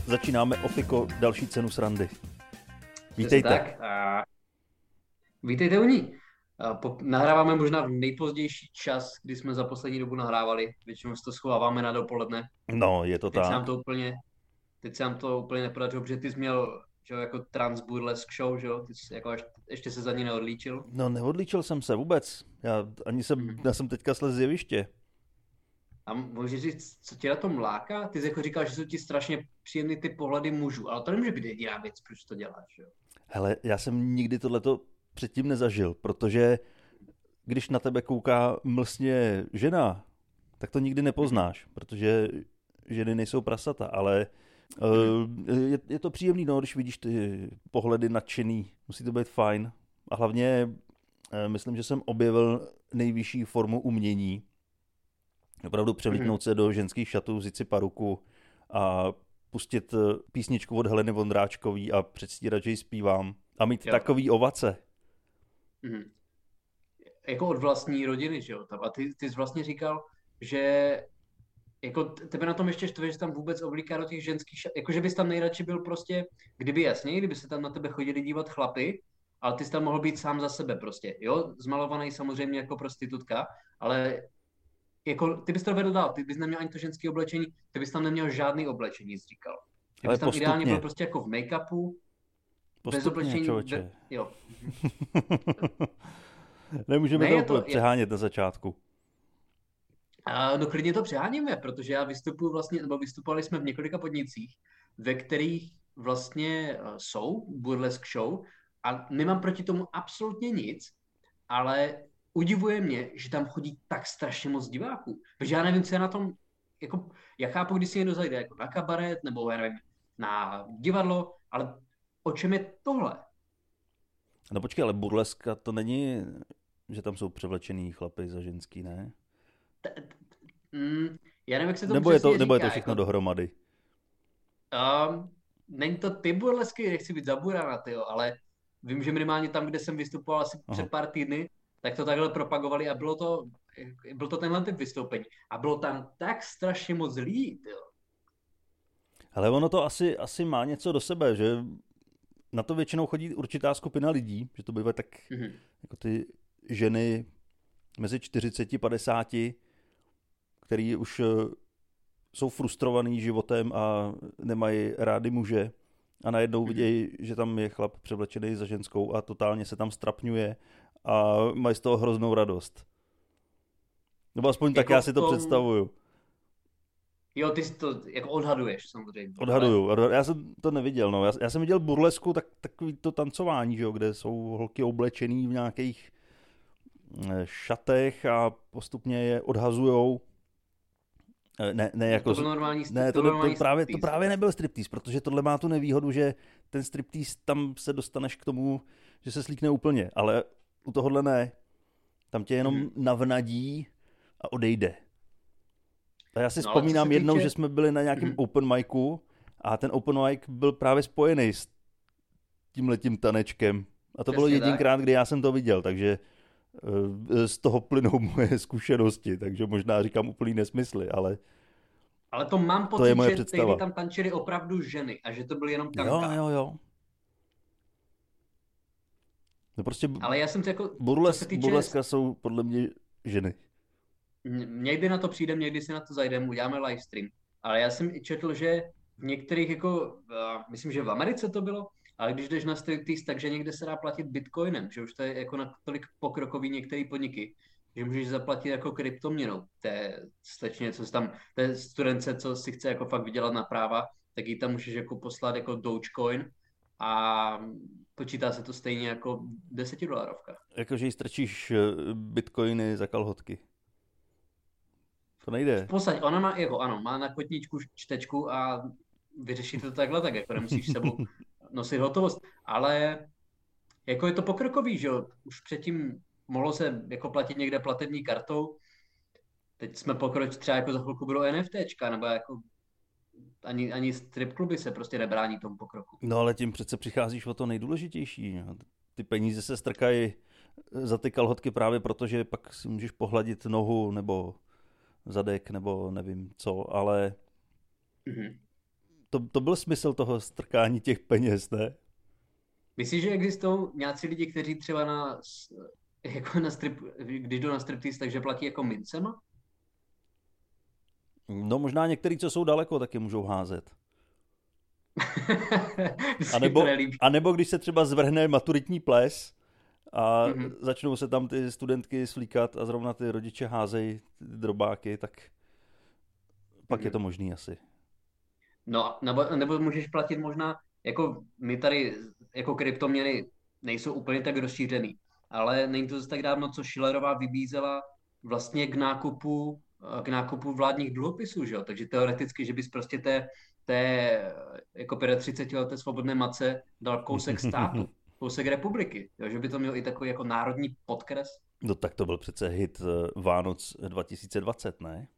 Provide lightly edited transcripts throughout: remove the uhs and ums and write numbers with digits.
Začínáme Ofiko, další cenu srandy. Vítejte. Tak, vítejte u ní. Nahráváme možná v nejpozdější čas, kdy jsme za poslední dobu nahrávali. Většinou si to schováváme na dopoledne. No, je to Teď se nám tak. to úplně nepodařilo, protože ty jsi měl, že jo, jako trans burlesque show, že jo? Ty jsi jako ještě se za ní neodlíčil. No, neodlíčil jsem se vůbec. Já jsem teďka slez z jeviště. A můžeš říct, co tě na tom láká? Ty jsi jako říkal, že jsou ti strašně příjemný ty pohledy mužů, ale to nemůže být jediná věc, proč to děláš, že jo? Hele, já jsem nikdy tohleto předtím nezažil, protože když na tebe kouká mlsně žena, tak to nikdy nepoznáš, protože ženy nejsou prasata, ale je to příjemný, no, když vidíš ty pohledy nadšený, musí to být fajn. A hlavně myslím, že jsem objevil nejvyšší formu umění. Opravdu převlíknout se do ženských šatů, vzít si paruku a pustit písničku od Heleny Vondráčkový a předstírat, že ji zpívám. A mít takový ovace. Jako od vlastní rodiny, že jo? A ty jsi vlastně říkal, že jako tebe na tom ještě štve, že tam vůbec oblíká do těch ženských šat, jako že bys tam nejradši byl prostě, kdyby se tam na tebe chodili dívat chlapy, ale ty jsi tam mohl být sám za sebe prostě, jo? Zmalovaný samozřejmě jako prostitutka, ale jako ty bys to vedl dál, ty bys neměl ani to ženské oblečení, ty bys tam neměl žádný oblečení, jsi říkal. Ty bys tam ideálně byl prostě jako v make-upu, bez oblečení. Člověče. Jo. Nemůžeme to přehánět na začátku. No klidně to přeháníme, protože já vystupovali jsme v několika podnicích, ve kterých vlastně jsou burlesque show a nemám proti tomu absolutně nic, ale udivuje mě, že tam chodí tak strašně moc diváků. Protože já nevím, co je na tom, jako, já chápu, když si někdo zajde jako na kabaret, nebo já nevím, na divadlo, ale o čem je tohle? No počkej, ale burleska to není, že tam jsou převlečený chlapy za ženský, ne? Já nevím, jak se to nebo přesně je to, nebo je to říká, všechno jako, dohromady? Není to ty burlesky, nechci být zaburána, ale vím, že minimálně tam, kde jsem vystupoval asi před pár týdny, tak to takhle propagovali a byl to tenhle typ vystoupení. A bylo tam tak strašně moc lidí, tyjo. Ale ono to asi má něco do sebe, že na to většinou chodí určitá skupina lidí, že to bývají tak jako ty ženy mezi 40 a 50, který už jsou frustrovaný životem a nemají rády muže a najednou vidějí, že tam je chlap převlečený za ženskou a totálně se tam strapňuje a mají z toho hroznou radost. Nebo aspoň tak já si to představuju. Jo, ty si to jako odhaduješ samozřejmě. Odhaduju. Já jsem to neviděl. No. Já jsem viděl burlesku, takový to tancování, že jo, kde jsou holky oblečený v nějakých šatech a postupně je odhazujou. Ne, jako... To byl normální to právě nebyl striptease, protože tohle má tu nevýhodu, že ten striptease tam se dostaneš k tomu, že se slíkne úplně, ale u tohohle ne. Tam tě jenom navnadí a odejde. A já si vzpomínám jednou, že jsme byli na nějakém open micu a ten open mic byl právě spojený s tímhletím tanečkem. A to bylo jedinkrát, kdy já jsem to viděl, takže z toho plynou moje zkušenosti, takže možná říkám úplný nesmysly, ale to mám pocit, že tehdy tam tančily opravdu ženy a že to byl jenom tanka. Jo. No prostě ale já jsem jako, burleska jsou podle mě ženy. Někdy na to přijdem, někdy si na to zajdem, uděláme livestream. Ale já jsem i četl, že v některých, jako, myslím, že v Americe to bylo, ale když jdeš na striptease, takže někde se dá platit bitcoinem, že už to je jako natolik pokrokový některé podniky, že můžeš zaplatit jako kryptoměnou. Té slečně, co tam, té studence, co si chce jako fakt vydělat na práva, tak ji tam můžeš jako poslat jako Dogecoin a počítá se to stejně jako $10. Jakože jí strčíš bitcoiny za kalhotky. To nejde. V podstatě ona má na kotníčku čtečku a vyřešit to takhle, tak jako nemusíš s sebou nosit hotovost, ale jako je to pokrokový, že jo, už předtím mohlo se jako platit někde platební kartou, teď jsme pokročili, třeba jako za chvilku budou NFTčka, nebo jako ani strip kluby se prostě nebrání tomu pokroku. No ale tím přece přicházíš o to nejdůležitější. Ty peníze se strkají za ty kalhotky právě proto, že pak si můžeš pohladit nohu nebo zadek nebo nevím co, ale to byl smysl toho strkání těch peněz, ne? Myslíš, že existují nějací lidi, kteří třeba jako když jdou na striptease, takže platí jako mincema? No možná některý, co jsou daleko, taky můžou házet. To se to nelíbí. A nebo když se třeba zvrhne maturitní ples a Mhm. začnou se tam ty studentky svlíkat a zrovna ty rodiče házejí ty drobáky, tak pak je to možný asi. No, nebo můžeš platit možná, jako my tady, jako kryptoměny nejsou úplně tak rozšířený, ale není to zase tak dávno, co Schillerová vybízela vlastně k nákupu vládních dluhopisů, že jo? Takže teoreticky, že bys prostě té jako 35leté svobodné matce dal kousek státu, kousek republiky, jo? Že by to mělo i takový jako národní podkres. No tak to byl přece hit Vánoc 2020, ne?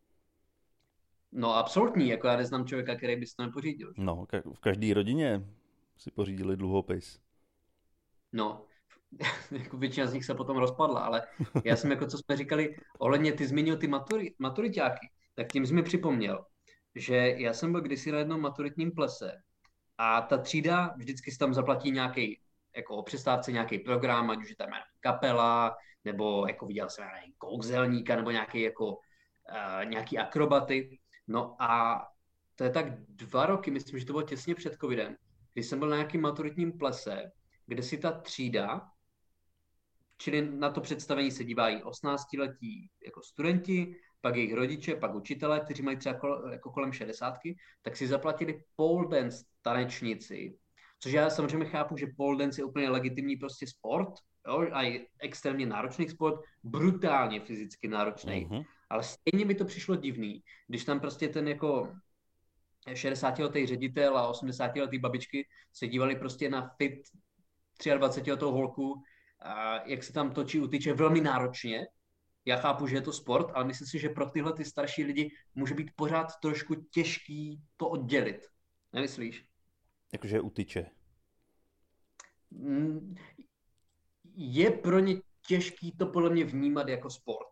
No absolutní, jako já neznám člověka, který by si to nepořídil. Že? No, v každé rodině si pořídili dluhopis. No, jako většina z nich se potom rozpadla, ale já jsem jako, co jsme říkali, ohledně ty zmínil ty maturiťáky, tak tím jsi mi připomněl, že já jsem byl kdysi na jednom maturitním plese a ta třída vždycky si tam zaplatí nějaký, jako o přestávce nějaký program, ať už je tam kapela, nebo jako viděl jsem nějaký kouzelníka, nebo nějaký jako nějaký akrobaty. No a to je tak 2 roky, myslím, že to bylo těsně před covidem, když jsem byl na nějakým maturitním plese, kde si ta třída, čili na to představení se dívají 18letí jako studenti, pak jejich rodiče, pak učitelé, kteří mají třeba jako kolem 60, tak si zaplatili pole dance tanečnici, což já samozřejmě chápu, že pole dance je úplně legitimní prostě sport, jo, a je extrémně náročný sport, brutálně fyzicky náročný, ale stejně mi to přišlo divný, když tam prostě ten jako 60letý ředitel a 80letý babičky se dívali prostě na fit 23letou holku, a jak se tam točí u tyče velmi náročně. Já chápu, že je to sport, ale myslím si, že pro tyhle ty starší lidi může být pořád trošku těžký to oddělit. Nemyslíš? Jakože u tyče. Je pro ně těžký to podle mě vnímat jako sport.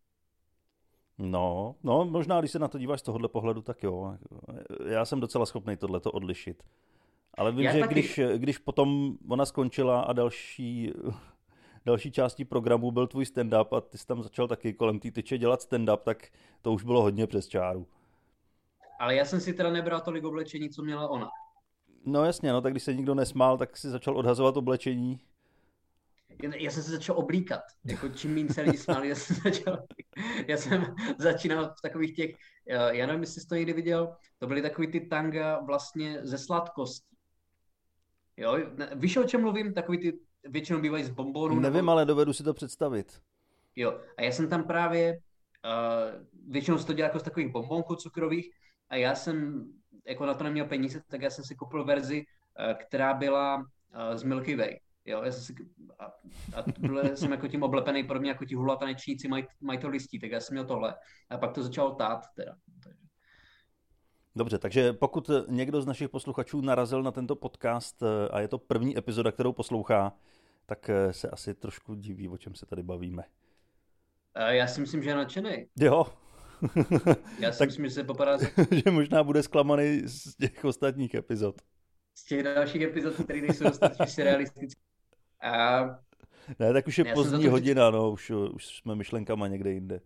No, možná, když se na to díváš z tohohle pohledu, tak jo. Já jsem docela schopný tohleto odlišit. Ale vím, že když potom ona skončila a další částí programu byl tvůj stand-up a ty jsi tam začal taky kolem té tyče dělat stand-up, tak to už bylo hodně přes čáru. Ale já jsem si teda nebral tolik oblečení, co měla ona. No jasně, no tak když se nikdo nesmál, tak si začal odhazovat oblečení. Já jsem se začal oblíkat. Jako čím méně se lidi smáli, já jsem začínal v takových těch, já nevím, jestli jsi to někdy viděl, to byly takový ty tanga vlastně ze sladkostí. Jo, víš, o čem mluvím? Takový ty většinou bývají z bombónů. Nevím, ale dovedu si to představit. Jo, a já jsem tam právě, většinou se to dělá jako z takových bombónků cukrových a já jsem, jako na to neměl peníze, tak já jsem si koupil verzi, která byla z Milky Way. Jo, já jsem si, a byl jsem jako tím oblepený, podobně jako ti hula tanečníci mají to listí, tak já jsem měl tohle. A pak to začalo tát teda. Dobře, takže pokud někdo z našich posluchačů narazil na tento podcast a je to první epizoda, kterou poslouchá, tak se asi trošku diví, o čem se tady bavíme. Já si myslím, že je nadšenej. Jo. Já si myslím, že se popadá že možná bude zklamaný z těch ostatních epizod. Z těch dalších epizod, které nejsou dostatečně realistické. Ne, tak už je pozdní hodina, no, už jsme myšlenkama někde jinde.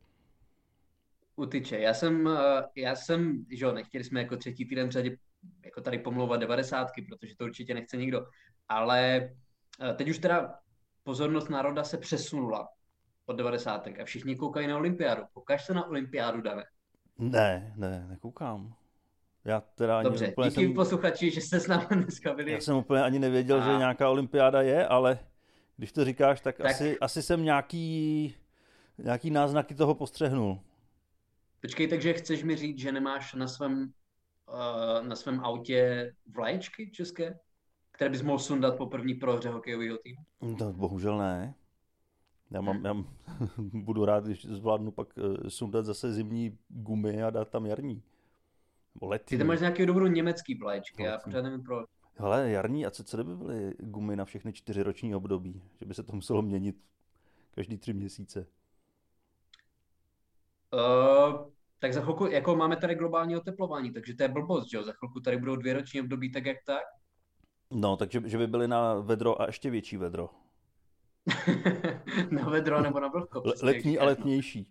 Utyče. Já jsem, že jo, nechtěli jsme jako 3. týden v řadě jako tady pomlouvat 90, protože to určitě nechce nikdo, ale teď už teda pozornost národa se přesunula od 90. a všichni koukají na olympiádu. Koukáš se na olympiádu, Dane? Ne, nekoukám. Já teda ani dobře, díky posluchači, že jste s námi dneska byli. Já jsem úplně ani nevěděl, že nějaká olympiáda je, ale když to říkáš, tak asi jsem nějaký náznaky toho postřehnul. Počkej, takže chceš mi říct, že nemáš na svém autě vlaječky české, které bys mohl sundat po první prohře hokejového týmu? No, bohužel ne. Já budu rád, když zvládnu pak sundat zase zimní gumy a dát tam jarní. Ty tam máš nějaký dobrou německý vlaječky, já pořád nevím proč. Hele, jarní, a co by byly gumy na všechny 4 roční období? Že by se to muselo měnit každý 3 měsíce. tak za chvilku, jako máme tady globální oteplování, takže to je blbost, že jo? Za chvilku tady budou 2roční období tak, jak tak. No, takže že by byly na vedro a ještě větší vedro. Na vedro nebo na vlhko, přesně jak Letní a říkáš, no. letnější.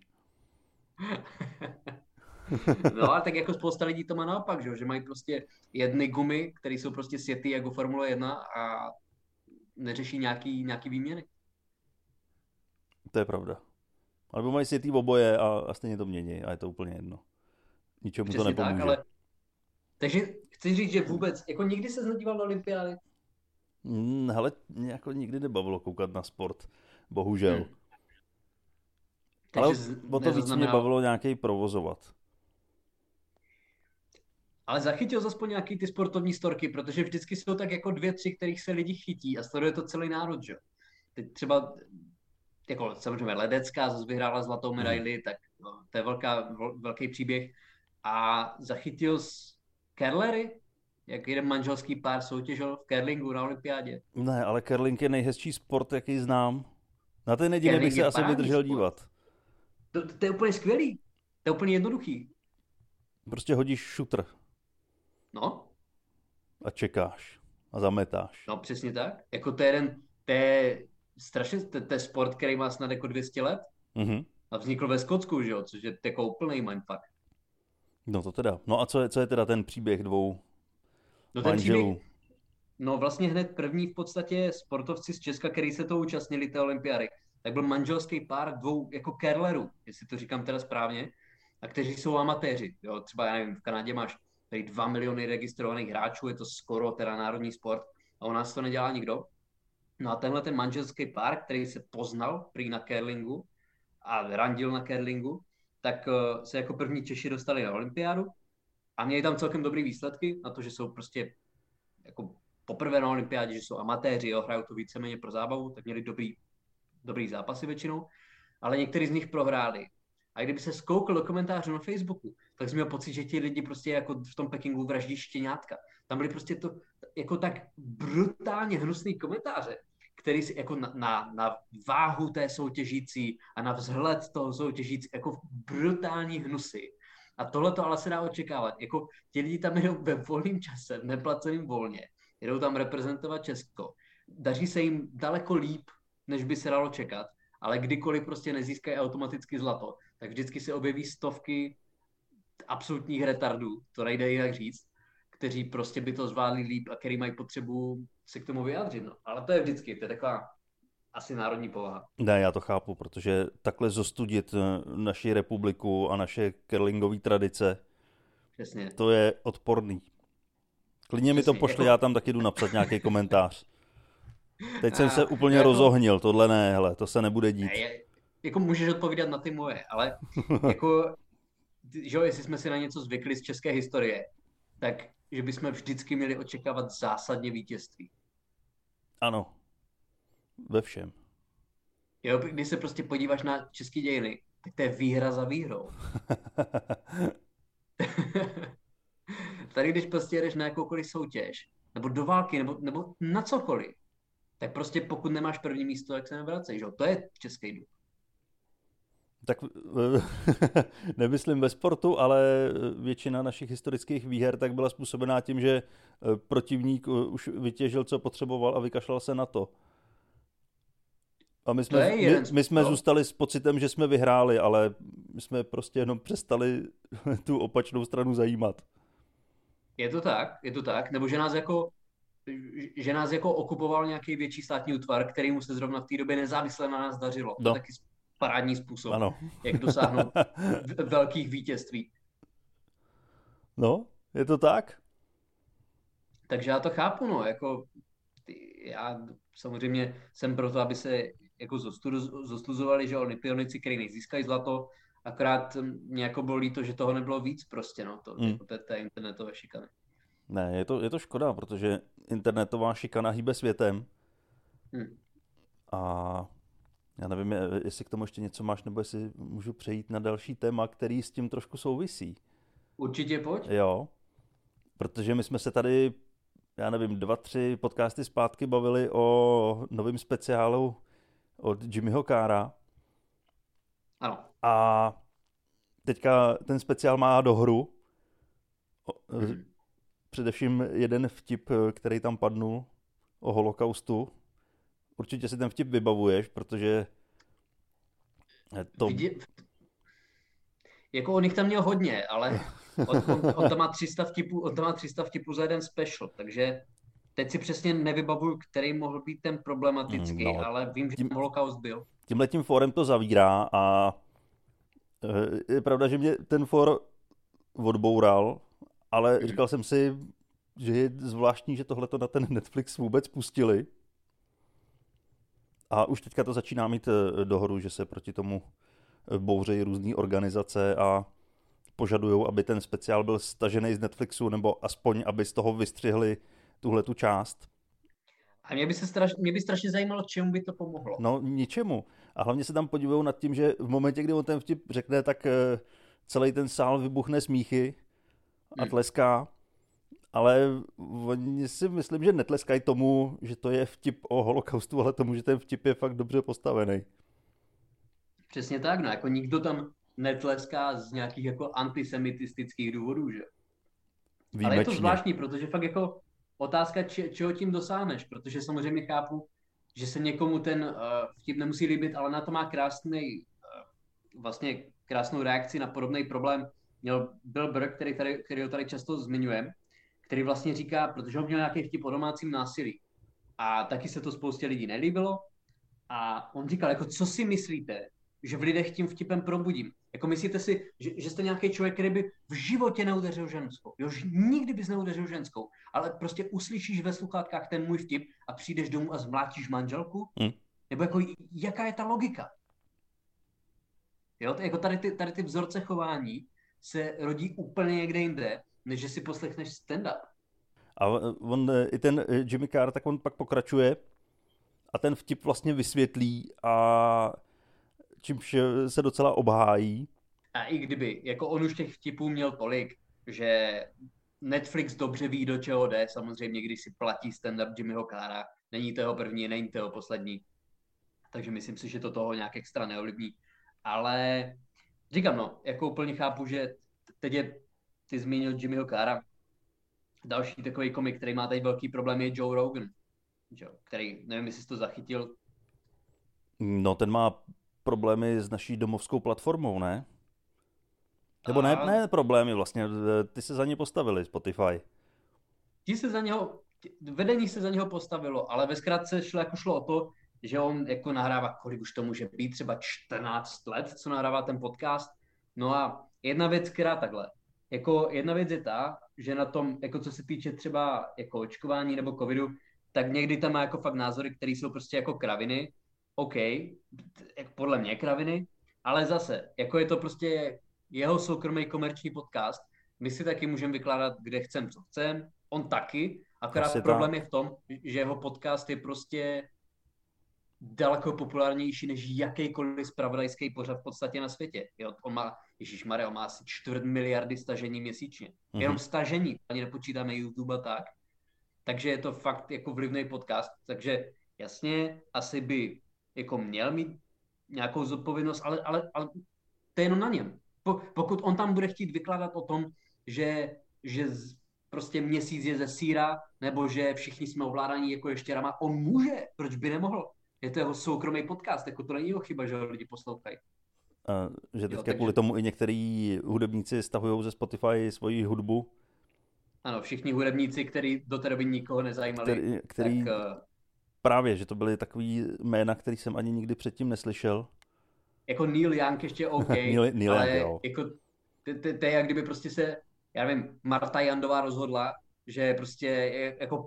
No ale tak jako spousta lidí to má naopak, že mají prostě jedny gumy, které jsou prostě sjetý jako Formule 1 a neřeší nějaký výměny. To je pravda. Alebo mají světý oboje a stejně to mění a je to úplně jedno. Ničemu to Přesně nepomůže. tak, ale takže chci říct, že vůbec, jako nikdy se nedíval na olympiády? Hele, mě jako nikdy nebavilo koukat na sport. Bohužel. Ale o to víc mě bavilo nějaký provozovat. Ale zachytil jsi aspoň nějaký ty sportovní storky, protože vždycky jsou tak jako 2-3, kterých se lidi chytí a sleduje to celý národ, že? Teď třeba, jako samozřejmě Ledecká zase vyhrála zlatou medaili, tak no, to je velký příběh. A zachytil jsi curlery? Jak jeden manželský pár soutěžil v curlingu na olympiádě? Ne, ale curling je nejhezčí sport, jaký znám. Na ten jediný bych se asi vydržel sport. Dívat. To je úplně skvělý. To je úplně jednoduchý. Prostě hodíš šutr. No. A čekáš. A zametáš. No přesně tak. Jako to je strašně, to je sport, který má snad jako 200 let. Mm-hmm. A vznikl ve Skotsku, že jo, což je jako úplný mindfuck. No to teda. No a co je teda ten příběh dvou manželů? No vlastně hned první v podstatě sportovci z Česka, který se to účastnili, té olympiády, tak byl manželský pár dvou jako curlerů, jestli to říkám teda správně, a kteří jsou amatéři. Jo, třeba, já nevím, v Kanadě máš tady 2 miliony registrovaných hráčů, je to skoro teda národní sport a u nás to nedělá nikdo. No a tenhle ten manželský pár, který se poznal prý na curlingu a randil na curlingu, tak se jako první Češi dostali na olympiádu a měli tam celkem dobrý výsledky na to, že jsou prostě jako poprvé na olympiádě, že jsou amatéři, jo, hrajou to víceméně pro zábavu, tak měli dobrý zápasy většinou, ale někteří z nich prohráli. A kdyby se zkoukl do komentářů na Facebooku, tak jsem měl pocit, že ti lidi prostě jako v tom Pekingu vraždí štěňátka. Tam byly prostě to jako tak brutálně hnusný komentáře, který si jako na váhu té soutěžící a na vzhled toho soutěžící jako brutální hnusy. A tohle to ale se dá očekávat. Jako ti lidi tam jdou ve volném čase, v neplaceném volně. Jedou tam reprezentovat Česko. Daří se jim daleko líp, než by se dalo čekat, ale kdykoliv prostě nezískají automaticky zlato, tak vždycky se objeví stovky absolutních retardů, to nejde jinak říct, kteří prostě by to zvládli líp a který mají potřebu se k tomu vyjádřit. No. Ale to je vždycky, to je taková asi národní povaha. Ne, já to chápu, protože takhle zostudit naši republiku a naše curlingové tradice, přesně. To je odporný. Klidně mi to pošli, já tam taky jdu napsat nějaký komentář. Teď jsem se úplně rozohnil, tohle ne, hele, to se nebude dít. Ne, jako můžeš odpovídat na ty moje, ale jako, že jestli jsme si na něco zvykli z české historie, tak že bychom vždycky měli očekávat zásadně vítězství. Ano, ve všem. Jo, když se prostě podíváš na české dějiny, tak to je výhra za výhrou. Tady, když prostě jedeš na jakoukoliv soutěž, nebo do války, nebo na cokoliv, tak prostě pokud nemáš první místo, tak se nevracej, že? To je český duch. Tak nemyslím ve sportu, ale většina našich historických výher tak byla způsobená tím, že protivník už vytěžil, co potřeboval a vykašlal se na to. A my jsme zůstali s pocitem, že jsme vyhráli, ale my jsme prostě jenom přestali tu opačnou stranu zajímat. Je to tak, nebo že nás jako okupoval nějaký větší státní útvar, který mu se zrovna v té době nezávisle na nás dařilo. To je taky parádní způsob, ano. Jak dosáhnout velkých vítězství. No, je to tak? Takže já to chápu, no, jako já samozřejmě jsem proto, aby se jako zostuzovali, že olympionici, který nezískají zlato, akorát mě jako bolí to, že toho nebylo víc prostě, no, jako té internetové šikany. Ne, je to škoda, protože internetová šikana hýbe světem. A já nevím, jestli k tomu ještě něco máš, nebo jestli můžu přejít na další téma, který s tím trošku souvisí. Určitě pojď. Jo, protože my jsme se tady, já nevím, 2-3 podcasty zpátky bavili o novém speciálu od Jimmyho Carra. Ano. A teďka ten speciál má dohru. Mhm. Především jeden vtip, který tam padnul o holokaustu. Určitě si ten vtip vybavuješ, protože to... Jako on jich tam měl hodně, ale on tam má 300 vtipů, on tam má 300 vtipů za jeden special, takže teď si přesně nevybavuju, který mohl být ten problematický, No, ale vím, že tam holokaust byl. tímhletím fórem to zavírá a je pravda, že mě ten fór odboural, ale říkal jsem si, že je zvláštní, že tohleto na ten Netflix vůbec pustili. A už teďka to začíná mít dohodu, že se proti tomu bouřejí různé organizace a požadují, aby ten speciál byl stažený z Netflixu, nebo aspoň, aby z toho vystřihli tuhle tu část. A mě by strašně zajímalo, čemu by to pomohlo. No, ničemu. A hlavně se tam podívají nad tím, že v momentě, kdy on ten vtip řekne, tak celý ten sál vybuchne smíchy a tleská. Ale oni si myslím, že netleskají tomu, že to je vtip o holokaustu, ale tomu, že ten vtip je fakt dobře postavený. Přesně tak, no, jako nikdo tam netleská z nějakých jako antisemitistických důvodů, že? Výjimečně. Ale je to zvláštní, protože fakt jako otázka, čeho tím dosáhneš, protože samozřejmě chápu, že se někomu ten vtip nemusí líbit, ale na to má vlastně krásnou reakci na podobný problém. Měl Bill Burr, který ho tady často zmiňuje, který vlastně říká, protože ho měl nějaký vtip o domácím násilí. A taky se to spoustě lidí nelíbilo. A on říkal, jako co si myslíte, že v lidech tím vtipem probudím? Jako myslíte si, že jste nějaký člověk, který by v životě neudeřil ženskou? Jo, nikdy bys neudeřil ženskou, ale prostě uslyšíš ve sluchátkách ten můj vtip a přijdeš domů a zmlátíš manželku? Nebo jako, jaká je ta logika? Jo, jako tady ty vzorce chování se rodí úplně někde jinde, než že si poslechneš stand-up. A on, i ten Jimmy Carr, tak on pak pokračuje a ten vtip vlastně vysvětlí a čímž se docela obhájí. A i kdyby, jako on už těch vtipů měl tolik, že Netflix dobře ví, do čeho jde, samozřejmě, když si platí stand-up Jimmyho Carra, není to jeho první, není to jeho poslední. Takže myslím si, že to toho nějak extra neovlivní. Ale říkám, no, jako úplně chápu, že ty zmínil Jimmyho Carra. Další takový komik, který má tady velký problém, je Joe Rogan, který, nevím, jestli jsi to zachytil. No, ten má problémy s naší domovskou platformou, ne? Nebo ne problémy vlastně, ty se za ně postavili, Spotify. Vedení se za něho postavilo, ale ve zkratce šlo o to, že on jako nahrává, kolik už to může být, třeba 14 let, co nahrává ten podcast. No a jedna věc, která takhle, jako jedna věc je ta, že na tom, jako co se týče třeba jako očkování nebo covidu, tak někdy tam má jako fakt názory, které jsou prostě jako kraviny. OK, podle mě kraviny, ale zase, jako je to prostě jeho soukromý komerční podcast, my si taky můžeme vykládat, kde chcem, co chcem, on taky, akorát problém je v tom, že jeho podcast je prostě daleko populárnější než jakýkoliv zpravodajský pořad v podstatě na světě. Jo, on má asi 250 miliardy stažení měsíčně. Jenom stažení, ani nepočítáme YouTube a tak. Takže je to fakt jako vlivný podcast, takže jasně, asi by jako měl mít nějakou zodpovědnost, ale to je jenom na něm. Pokud on tam bude chtít vykládat o tom, že prostě měsíc je ze síra, nebo že všichni jsme ovládaní jako ještěrama, on může, proč by nemohl? Je to jeho soukromý podcast, jako to není jeho chyba, že ho lidi poslouchají. Že teďka kvůli tomu i některý hudebníci stahují ze Spotify svoji hudbu. Ano, všichni hudebníci, kteří do té doby nikoho nezajímali. Který tak, právě, že to byly takový jména, který jsem ani nikdy předtím neslyšel. Jako Neil Young ještě OK, Neil ale Young, jo. Jako to je jak kdyby prostě se, já nevím, Marta Jandová rozhodla, že prostě jako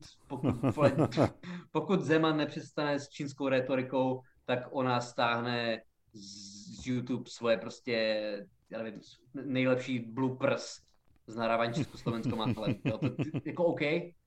pokud Zeman nepřestane s čínskou retorikou, tak ona stáhne z YouTube svoje prostě, já nevím, nejlepší bloopers z nahrávání Československou mátelem. Jako OK.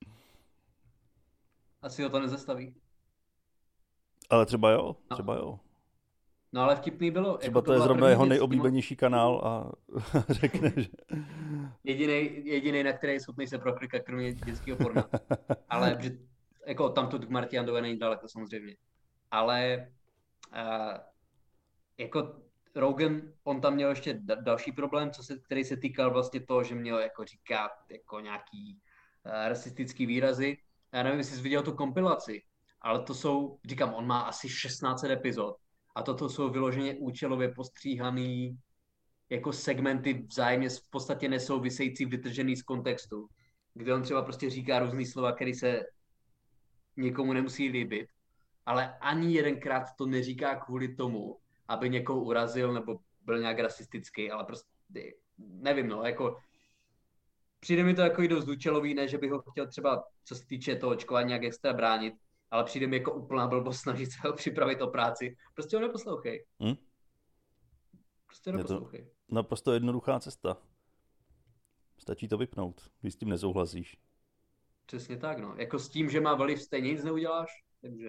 Asi ho to nezastaví. Ale třeba jo. No ale vtipný bylo. Třeba jako to je zrovna jeho nejoblíbenější kanál a řekne, že... Jedinej, na který je schopný se proklikat, kromě dětského porna. Ale jako tamtud k Marti Jandové není daleko samozřejmě. Ale jako Rogan, on tam měl ještě další problém, který se týkal vlastně toho, že měl jako říkat jako nějaký rasistický výrazy. Já nevím, jestli jsi viděl tu kompilaci, ale to jsou, říkám, on má asi 16 epizod a toto jsou vyloženě účelově postříhaný jako segmenty vzájemně v podstatě nesouvisející, vytržený z kontextu, kde on třeba prostě říká různý slova, které se někomu nemusí líbit, ale ani jedenkrát to neříká kvůli tomu, aby někoho urazil nebo byl nějak rasistický, ale prostě nevím, no, jako přijde mi to jako i dost účelový, ne, že bych ho chtěl třeba, co se týče toho očkování, nějak extra bránit, ale přijde mi jako úplná blbost snažit se ho připravit o práci. Prostě ho neposlouchej. Prostě neposlouchej. Je to naprosto jednoduchá cesta. Stačí to vypnout, když s tím nesouhlasíš. Přesně tak, no. Jako s tím, že má vliv, stejně nic neuděláš, takže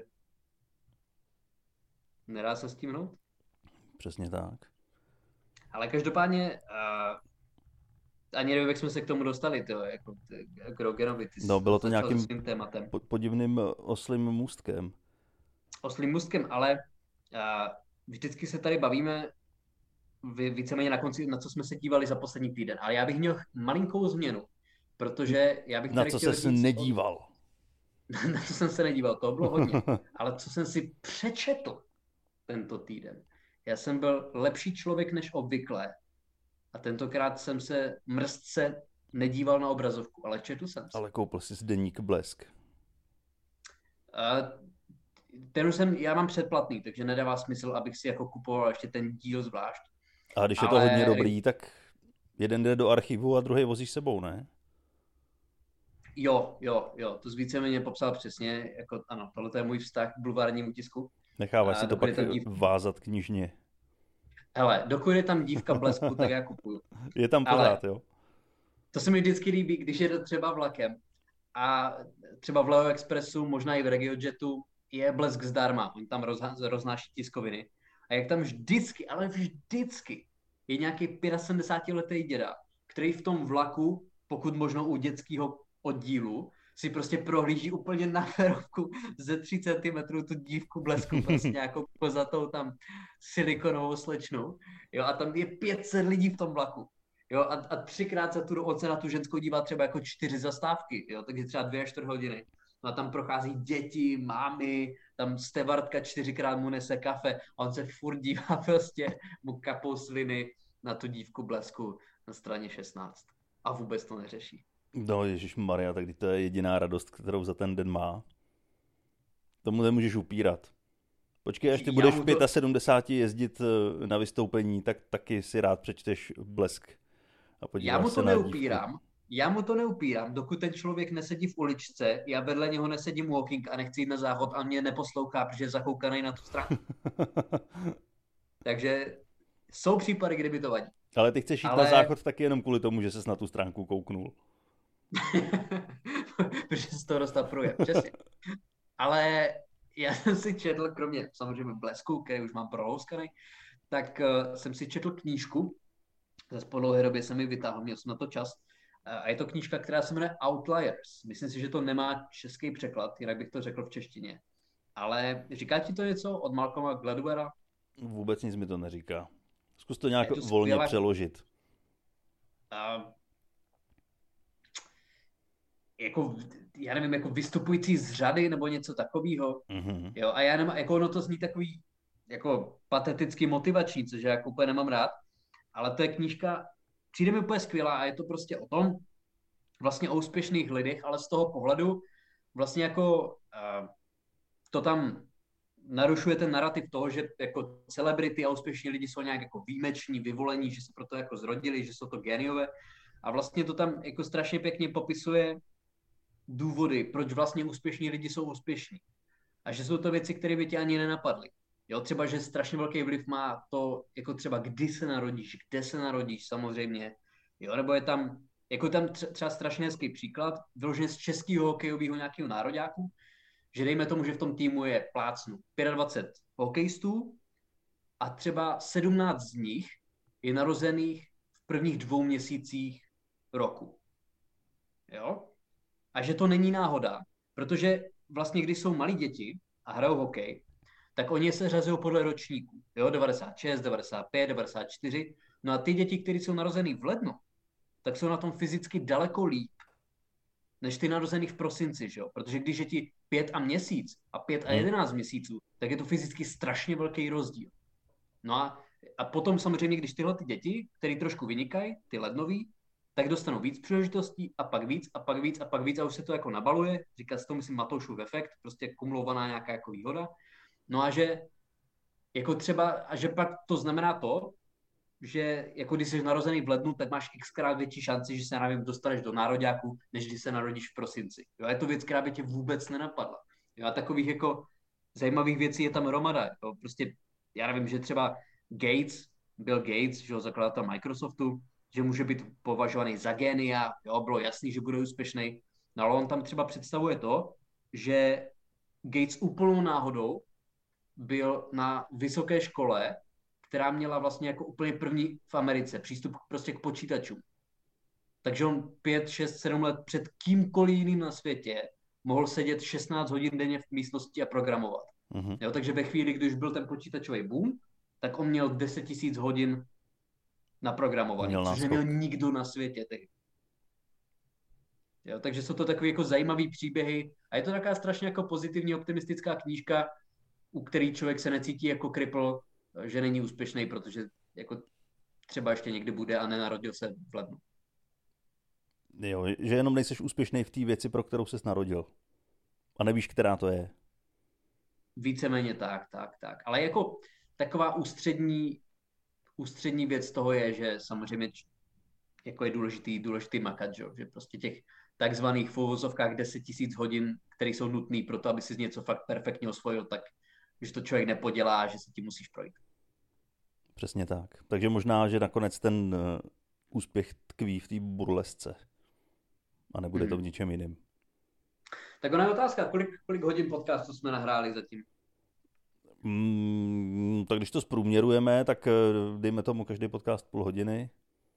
nedá se s tím hnout. Přesně tak. Ale každopádně ani nevím, jak jsme se k tomu dostali, k Roganovi. No, bylo to nějakým svým tématem. podivným oslím můstkem. Oslím můstkem, ale vždycky se tady bavíme víceméně na konci, na co jsme se dívali za poslední týden. Ale já bych měl malinkou změnu, protože já bych tady chtěl říct... Na co ses nedíval? Na co jsem se nedíval, to bylo hodně. Ale co jsem si přečetl tento týden. Já jsem byl lepší člověk než obvykle a tentokrát jsem se mrzce nedíval na obrazovku, ale četl jsem se. Ale koupil jsi deník Blesk. Já mám předplatný, takže nedává smysl, abych si jako kupoval ještě ten díl zvlášť. A když je to hodně dobrý, tak jeden jde do archivu a druhý vozíš sebou, ne? Jo, to jsi víceméně popsal přesně, jako ano, tohle je můj vztah k bulvárnímu tisku. Necháváš si to pak vázat knižně. Hele, dokud je tam dívka Blesku, tak já kupuju. Je tam pořád, jo? To se mi vždycky líbí, když jede třeba vlakem a třeba v Leo Expressu, možná i v RegioJetu, je Blesk zdarma. On tam roznáší tiskoviny. A jak tam vždycky, ale vždycky je nějaký 75letý děda, který v tom vlaku, pokud možno u dětského oddílu, si prostě prohlíží úplně na férovku ze 3 cm tu dívku Blesku, prostě nějakou kozatou tam silikonovou slečnu. Jo, a tam je 500 lidí v tom vlaku. Jo, a 3krát se na tu ženskou dívá třeba jako 4 zastávky, jo, takže třeba 2 až 4 hodiny. No a tam prochází děti, mámy, tam stevardka 4krát mu nese kafe a on se furt dívá prostě, mu kapou sliny na tu dívku Blesku na straně 16. A vůbec to neřeší. No ježišmarja, tak to je jediná radost, kterou za ten den má. Tomu nemůžeš upírat. Počkej, až ty budeš v 75 jezdit na vystoupení, tak taky si rád přečteš Blesk. A já mu to neupírám. Já mu to neupírám, dokud ten člověk nesedí v uličce, já vedle něho nesedím walking a nechci jít na záchod a mě neposlouchá, protože je zakoukaný na tu stranu. Takže jsou případy, kdyby to vadí. Ale ty chceš jít na záchod taky jenom kvůli tomu, že ses na tu stránku kouknul. Protože se to roztapruje, přesně. Ale já jsem si četl, kromě samozřejmě Blesku, který už mám prolouskaný, tak jsem si četl knížku, zase po dlouhé době jsem ji vytáhl, měl jsem na to čas. A je to knížka, která se jmenuje Outliers. Myslím si, že to nemá český překlad, jinak bych to řekl v češtině. Ale říká ti to něco od Malcolma Gladwella? Vůbec nic mi to neříká. Zkus to nějak volně přeložit. Já nevím, jako vystupující z řady nebo něco takového. Mm-hmm. Jo, a já nemám, jako ono to zní takový jako pateticky motivační, což já jako úplně nemám rád. Ale to je knížka, přijde mi úplně skvělá a je to prostě o tom, vlastně o úspěšných lidech, ale z toho pohledu vlastně jako to tam narušuje ten narrativ toho, že jako celebrity a úspěšní lidi jsou nějak jako výjimeční, vyvolení, že se proto jako zrodili, že jsou to geniové. A vlastně to tam jako strašně pěkně popisuje důvody, proč vlastně úspěšní lidi jsou úspěšní. A že jsou to věci, které by tě ani nenapadly. Jo, třeba, že strašně velký vliv má to, jako třeba kdy se narodíš, kde se narodíš samozřejmě. Jo, nebo je tam, jako tam třeba strašně hezký příklad, vyloženě z českého hokejového nějakého nároďáku, že dejme tomu, že v tom týmu je plácnu 25 hokejistů a třeba 17 z nich je narozených v prvních 2 měsících roku. Jo? A že to není náhoda, protože vlastně když jsou malí děti a hrajou hokej, tak oni se řazují podle ročníků. Jo, 96, 95, 94. No a ty děti, které jsou narozený v lednu, tak jsou na tom fyzicky daleko líp, než ty narozený v prosinci, že jo? Protože když je ti 5 a měsíc a 5 a 11 měsíců, tak je to fyzicky strašně velký rozdíl. No a potom samozřejmě, když tyhle ty děti, které trošku vynikají, ty lednový, tak dostanou víc příležitostí a pak víc a pak víc a pak víc a už se to jako nabaluje. Říká se to, myslím, Matoušův efekt, prostě kumulovaná nějaká jako výhoda. No a že jako třeba, a že pak to znamená to, že jako když jsi narozený v lednu, tak máš xkrát větší šanci, že se, nevím, dostaneš do nároďáku, než když se narodíš v prosinci. Jo, je to věc, která by tě vůbec nenapadla. Jo, a takových jako zajímavých věcí je tam hromada. Jo. Prostě já nevím, že třeba Bill Gates, že zakladatel Microsoftu, že může být považovaný za génia, jo, bylo jasný, že bude úspěšný, no ale on tam třeba představuje to, že Gates úplnou náhodou byl na vysoké škole, která měla vlastně jako úplně první v Americe přístup prostě k počítačům. Takže on 5, 6, 7 let před kýmkoliv jiným na světě mohl sedět 16 hodin denně v místnosti a programovat. Mm-hmm. Jo, takže ve chvíli, když byl ten počítačový boom, tak on měl 10 000 hodin na programování, což neměl nikdo na světě. Jo, takže jsou to takové jako zajímavé příběhy a je to taková strašně jako pozitivní, optimistická knížka, u který člověk se necítí jako kripl, že není úspěšný, protože jako třeba ještě někdy bude a nenarodil se v lednu. Jo, že jenom nejseš úspěšný v té věci, pro kterou ses narodil. A nevíš, která to je. Víceméně tak. Ale jako taková ústřední věc toho je, že samozřejmě jako je důležitý makat, že prostě těch takzvaných v uvozovkách 10 000 hodin, které jsou nutné pro to, aby si něco fakt perfektně osvojil, tak že to člověk nepodělá, že se tím musíš projít. Přesně tak. Takže možná, že nakonec ten úspěch tkví v té burlesce a nebude to v ničem jiným. Tak ona je otázka, kolik hodin podcastu jsme nahráli zatím? Tak když to zprůměrujeme, tak dejme tomu každý podcast půl hodiny.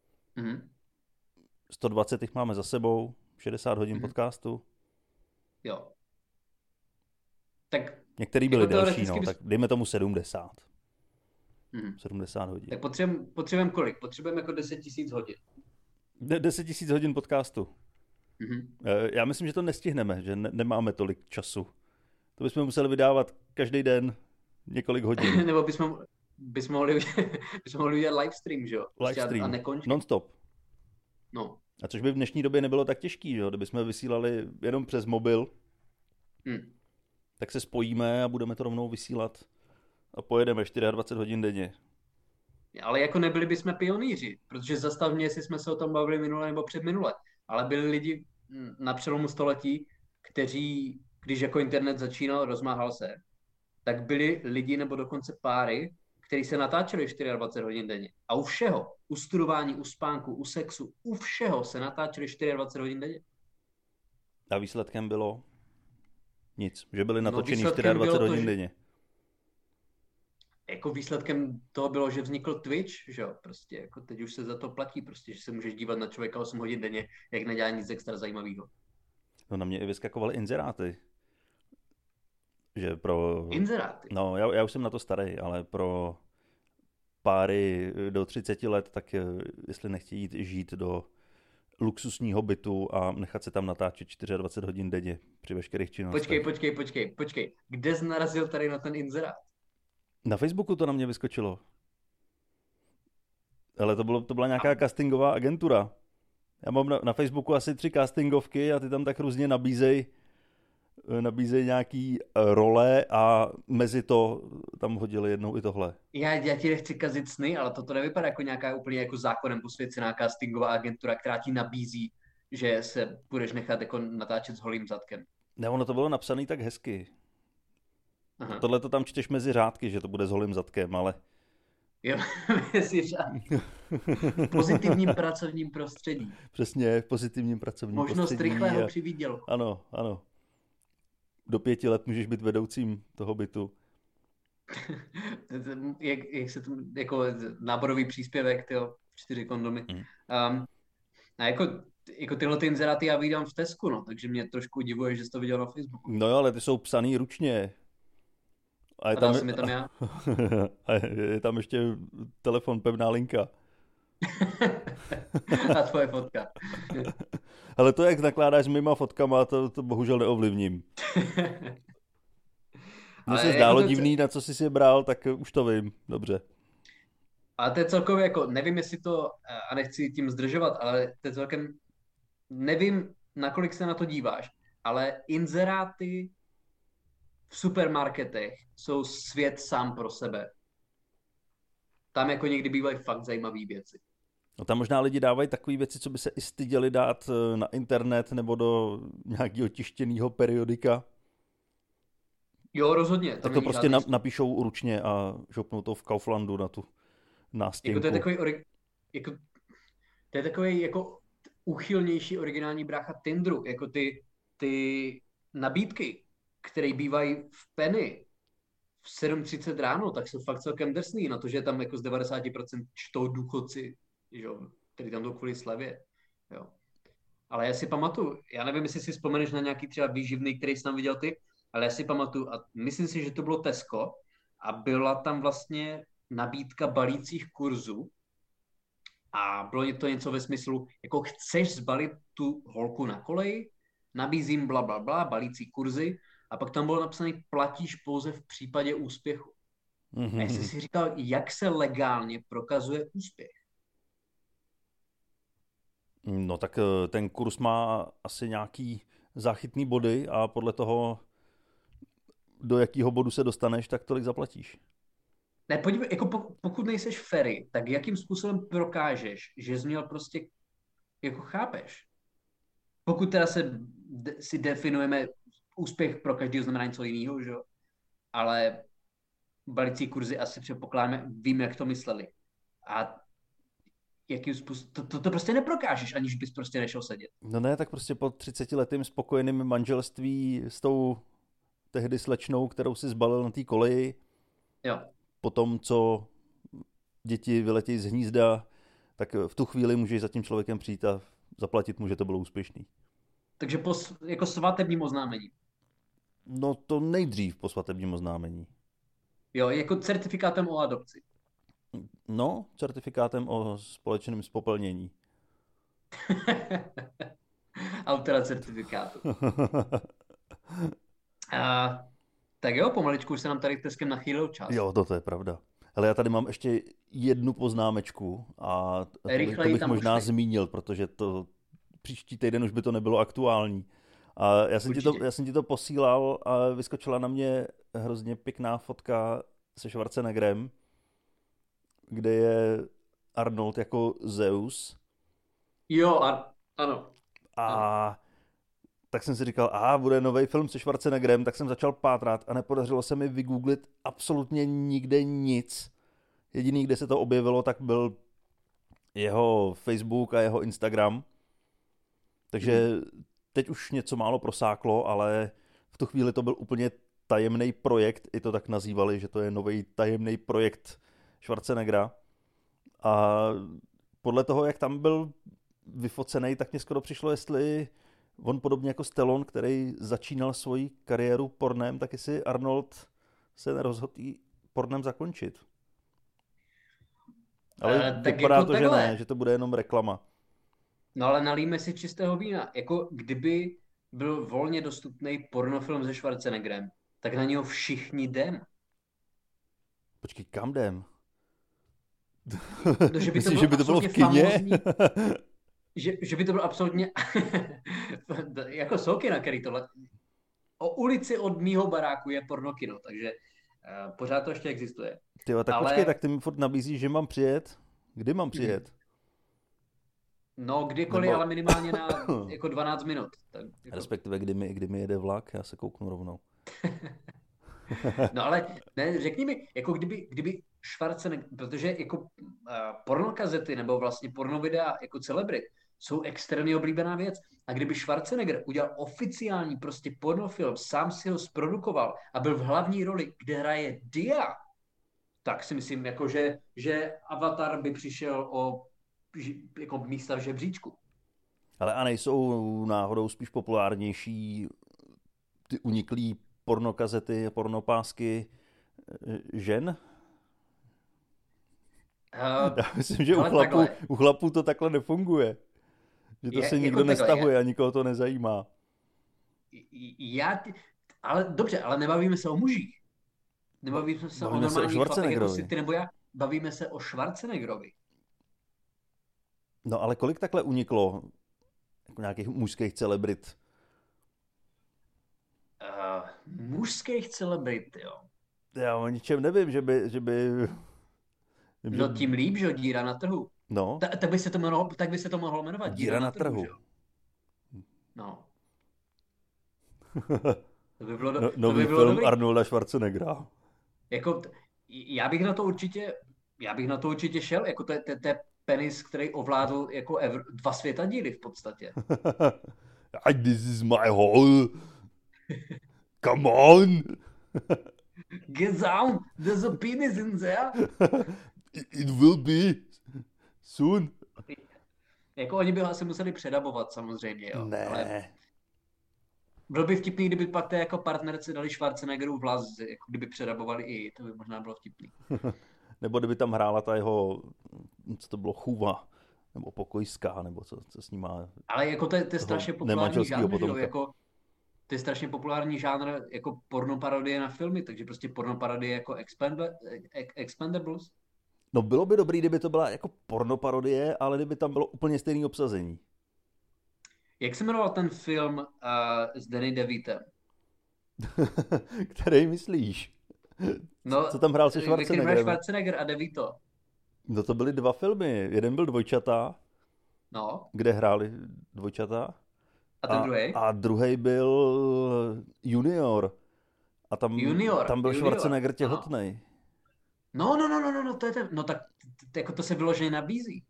120 jich máme za sebou, 60 hodin podcastu. Jo. Tak některý byly delší, no, tak dejme tomu 70. 70 hodin. Tak potřebujeme kolik? Potřebujeme jako 10 000 hodin. 10 000 hodin podcastu. Já myslím, že to nestihneme, že nemáme tolik času. To bychom museli vydávat každý den několik hodin. Nebo bychom mohli udělat livestream, že jo? Livestream, a nekončit. non-stop. No. A což by v dnešní době nebylo tak těžký, že jo? Kdybychom vysílali jenom přes mobil, tak se spojíme a budeme to rovnou vysílat a pojedeme 24 hodin denně. Ale jako nebyli bychom pionýři, protože zastav mě, jestli jsme se o tom bavili minule nebo předminule, ale byli lidi na přelomu století, kteří, když jako internet začínal, rozmáhal se, tak byli lidi nebo dokonce páry, kteří se natáčeli 24 hodin denně. A u všeho, u studování, u spánku, u sexu, u všeho se natáčeli 24 hodin denně. A výsledkem bylo nic, že byli natočený 24 hodin denně. Jako výsledkem toho bylo, že vznikl Twitch, že jo, prostě, jako teď už se za to platí, prostě, že se můžeš dívat na člověka 8 hodin denně, jak nedělá nic extra zajímavého. No na mě i vyskakovaly inzeráty. Že Inzeráty? No, já už jsem na to starý, ale pro páry do 30 let, tak jestli nechtějí jít žít do luxusního bytu a nechat se tam natáčet 24 hodin denně při veškerých činnostech. Počkej. Kde jsi narazil tady na ten inzerát? Na Facebooku to na mě vyskočilo. Ale to byla nějaká castingová agentura. Já mám na Facebooku asi 3 castingovky a ty tam tak různě nabízejí nějaký role a mezi to tam hodili jednou i tohle. Já ti nechci kazit sny, ale toto nevypadá jako nějaká úplně jako zákonem posvěcená castingová agentura, která ti nabízí, že se budeš nechat jako natáčet s holým zadkem. Ne, ono to bylo napsané tak hezky. Tohle to tam čteš mezi řádky, že to bude s holým zadkem, ale... Jo, mezi řádky. V pozitivním pracovním prostředí. Přesně, v pozitivním pracovním Možnost prostředí. Možnost rychlého přivýdělku. Ano. Do 5 let můžeš být vedoucím toho bytu. jak se to, jako náborový příspěvek, tyjo, 4 kondomy. A jako tyhle ty inzeráty já vydám v Tesku, no, takže mě trošku udivuje, že jsi to viděl na Facebooku. No jo, ale ty jsou psaný ručně. A je A dal tam, jsem je tam já. a je tam ještě telefon, pevná linka. A tvoje fotka. Ale to, jak nakládáš s mýma fotkama, to bohužel neovlivním. Mně Ale se jako zdálo divný, na co jsi si je bral, tak už to vím. Dobře. ale to je celkově jako, nevím, jestli to, a nechci tím zdržovat, ale to je celkem, nevím, nakolik se na to díváš, ale inzeráty v supermarketech jsou svět sám pro sebe. Tam jako někdy bývají fakt zajímavé věci. No tam možná lidi dávají takové věci, co by se i styděli dát na internet nebo do nějakého tištěného periodika. Jo, rozhodně. Tak Tam to není prostě žádný... napíšou ručně a žopnou to v Kauflandu na tu nástěnku. Jako to je takový, jako, to je takový jako úchylnější originální brácha Tinderu. Jako ty nabídky, které bývají v Penny v 7:30 ráno, tak jsou fakt celkem drsný na to, že tam jako z 90% čtou důchodci, jo, který tam jdou kvůli slevě. Jo. Ale já si pamatuju, já nevím, jestli si vzpomeneš na nějaký třeba výživný, který jsi tam viděl ty, ale já si pamatuju a myslím si, že to bylo Tesco a byla tam vlastně nabídka balících kurzů a bylo to něco ve smyslu, jako chceš zbalit tu holku na koleji, nabízím bla, bla, bla, balící kurzy a pak tam bylo napsané platíš pouze v případě úspěchu. A já jsem si říkal, jak se legálně prokazuje úspěch. No tak ten kurz má asi nějaký záchytný body a podle toho, do jakého bodu se dostaneš, tak tolik zaplatíš. Ne, podívej, jako pokud nejseš ferry, tak jakým způsobem prokážeš, že jsi měl prostě, jako chápeš? Pokud teda si definujeme úspěch pro každého znamená něco jiného, že jo? Ale balící kurzy asi předpokládáme, vím, jak to mysleli. A jakým způsobem, to prostě neprokážeš, aniž bys prostě nešel sedět. No ne, tak prostě po 30 letým spokojeným manželství s tou tehdy slečnou, kterou si zbalil na té koleji, Jo. po tom, co děti vyletějí z hnízda, tak v tu chvíli můžeš za tím člověkem přijít a zaplatit mu, že to bylo úspěšný. Takže jako svatebním oznámení. No to nejdřív po svatebním oznámení. Jo, jako certifikátem o adopci. No, certifikátem o společném spopelnění. Autora certifikátu. Tak jo, pomaličku už se nám tady Teskem nachýlil čas. Jo, to je pravda. Ale já tady mám ještě jednu poznámečku a to bych možná zmínil, protože to příští týden už by to nebylo aktuální. A já jsem ti to posílal a vyskočila na mě hrozně pěkná fotka se Schwarzeneggerem, kde je Arnold jako Zeus. Jo, ano. A tak jsem si říkal, bude nový film se Schwarzeneggerem, tak jsem začal pátrat a nepodařilo se mi vygooglit absolutně nikde nic. Jediný, kde se to objevilo, tak byl jeho Facebook a jeho Instagram. Takže teď už něco málo prosáklo, ale v tu chvíli to byl úplně tajemný projekt, i to tak nazývali, že to je nový tajemný projekt Schwarzeneggera. A podle toho, jak tam byl vyfocený, tak mě skoro přišlo, jestli on podobně jako Stallone, který začínal svoji kariéru pornem, tak jestli Arnold se nerozhodl pornem zakončit. Ale vypadá jako to, takhle. Že ne, že to bude jenom reklama. No ale nalíme si čistého vína. Jako kdyby byl volně dostupný pornofilm se Schwarzeneggerem, tak na něho všichni jdem. Počkej, kam jdem? No, že by Myslíš, že by to bylo v kině? Že by to bylo absolutně jako Sokina, který tohle... O ulici od mýho baráku je pornokino, takže pořád to ještě existuje. Tyjo, tak počkej, tak ty mi furt nabízíš, že mám přijet. Kdy mám přijet? No, kdykoliv, ale minimálně na jako 12 minut. Tak, jako... Respektive, kdy mi jede vlak, já se kouknu rovnou. No ale ne, řekni mi, jako kdyby Schwarzenegger, protože jako pornokazety nebo vlastně pornovidea jako celebrit jsou extrémně oblíbená věc. A kdyby Schwarzenegger udělal oficiální prostě pornofilm, sám si ho zprodukoval a byl v hlavní roli, kde hraje Dia, tak si myslím, jako že Avatar by přišel o jako místa v žebříčku. Ale a nejsou náhodou spíš populárnější ty uniklý pornokazety, pornopásky žen? Uh, Já myslím, že u chlapů to takhle nefunguje. Že to se nikdo nestahuje a nikoho to nezajímá. Ale dobře, ale nebavíme se o mužích. Nebavíme se o normálních chlapech jako si ty nebo já. Bavíme se o Schwarzeneggerovi. No ale kolik takhle uniklo jako nějakých mužských celebrit? Mužských celebrit, jo. Já o ničem nevím, že by... No tím líp, že díra na trhu. No. Tak by se to mohlo jmenovat. Díra na trhu. No. Nový film dobrý. Arnolda Schwarzeneggera. Jako, já bych na to určitě šel, jako to je penis, který ovládl jako 2 světadíly v podstatě. This is my hole. Come on. Get down. There's a penis in there. It will be soon. Jako oni by ho asi museli předabovat samozřejmě, jo. Ne. Ale bylo by vtipný, kdyby pak té jako partnerce dali Schwarzeneggerův hlas, jako kdyby předabovali i, to by možná bylo vtipný. Nebo kdyby tam hrála ta jeho, co to bylo, chůva, nebo pokojská, nebo co s ním má. Ale jako to je strašně populární žánr, jako to je strašně populární žánr jako pornoparodie na filmy, takže prostě pornoparodie jako Expendables. No bylo by dobrý, kdyby to byla jako pornoparodie, ale kdyby tam bylo úplně stejné obsazení. Jak se jmenoval ten film s Danny DeVitem? Který myslíš? No, co tam hrál se Schwarzeneggerem? Schwarzenegger a DeVito. No to byly 2 filmy. Jeden byl Dvojčata, kde hráli dvojčata. A ten druhý? A druhý byl Junior. A tam byl Schwarzenegger těhotnej. No, to je ten. No tak jako to se vyloženě nabízí.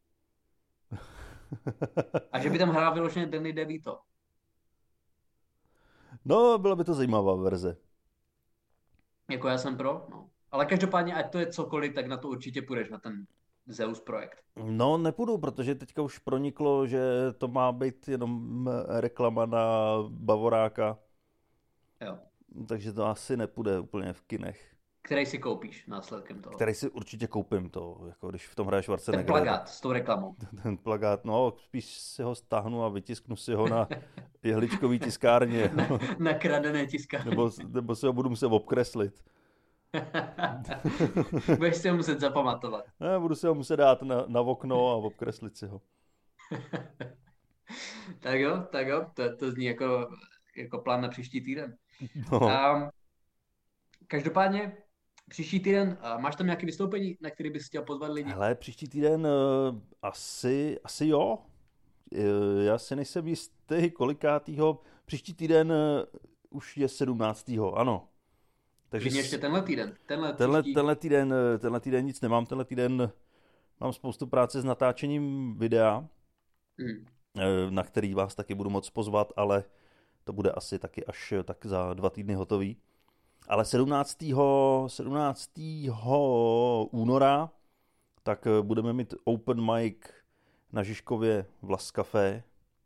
A že by tam hrál vyloženě Danny DeVito. No, byla by to zajímavá verze. Jako já jsem pro, no. Ale každopádně, ať to je cokoliv, tak na to určitě půjdeš, na ten Zeus projekt. No, nepůjdu, protože teďka už proniklo, že to má být jenom reklama na Bavoráka. Jo. Takže to asi nepůjde úplně v kinech. Který si koupíš následkem toho? Který si určitě koupím, to, jako když v tom hraje Schwarzenegger. Ten plakát s tou reklamou. Ten plakát, no, spíš si ho stáhnu a vytisknu si ho na jehličkový tiskárně. Na kradené tiskárně. Nebo si ho budu muset obkreslit. Budeš si ho muset zapamatovat. Ne, budu si ho muset dát na okno a obkreslit si ho. Tak jo, to zní jako plán na příští týden. No. Každopádně, příští týden, máš tam nějaké vystoupení, na který bys chtěl pozvat lidi? Hele, příští týden asi jo. Já si nejsem jistý, kolikátýho. Příští týden už je 17. Ano. Takže ještě tenhle týden. Tenhle týden nic nemám. Tenhle týden mám spoustu práce s natáčením videa, na který vás taky budu moc pozvat, ale to bude asi taky až tak za 2 týdny hotový. Ale 17. února tak budeme mít open mic na Žižkově v Las Café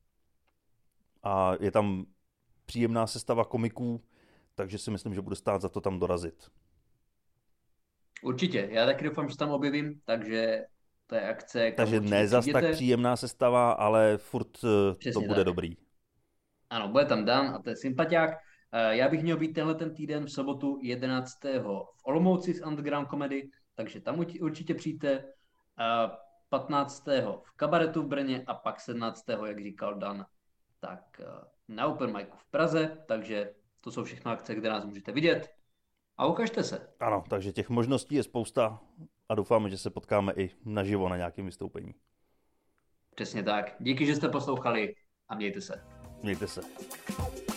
a je tam příjemná sestava komiků, takže si myslím, že bude stát za to tam dorazit. Určitě, já taky doufám, že tam objevím, takže to je akce. Takže ne zas tak příjemná sestava, ale furt přesně to bude tak. Dobrý. Ano, bude tam Dan a to je sympatiák. Já bych měl být tenhle ten týden v sobotu 11. v Olomouci z Underground Comedy, takže tam určitě přijďte. 15. v Kabaretu v Brně a pak 17. jak říkal Dan, tak na Open Micu v Praze, takže to jsou všechno akce, kde nás můžete vidět a ukažte se. Ano, takže těch možností je spousta a doufáme, že se potkáme i naživo na nějakém vystoupení. Přesně tak. Díky, že jste poslouchali a mějte se. Mějte se.